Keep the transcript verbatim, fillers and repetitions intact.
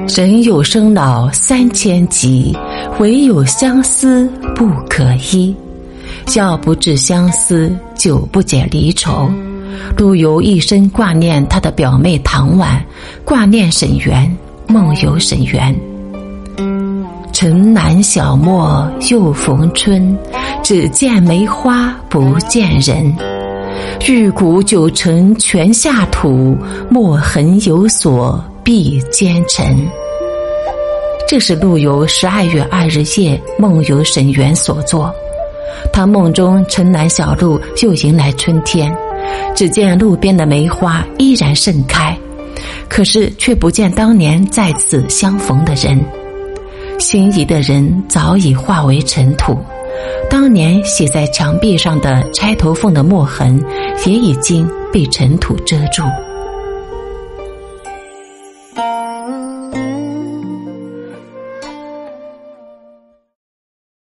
人有生老三千疾，唯有相思不可医。要不治相思，久不解离愁。陆游一生挂念他的表妹唐婉，挂念沈园，梦游沈园。城南小陌又逢春，只见梅花不见人。玉骨九成泉下土，墨痕有所碧奸臣。这是陆游十二月二日夜梦游沈园所作。他梦中城南小路又迎来春天，只见路边的梅花依然盛开，可是却不见当年在此相逢的人。心仪的人早已化为尘土，当年写在墙壁上的钗头凤的墨痕也已经被尘土遮住。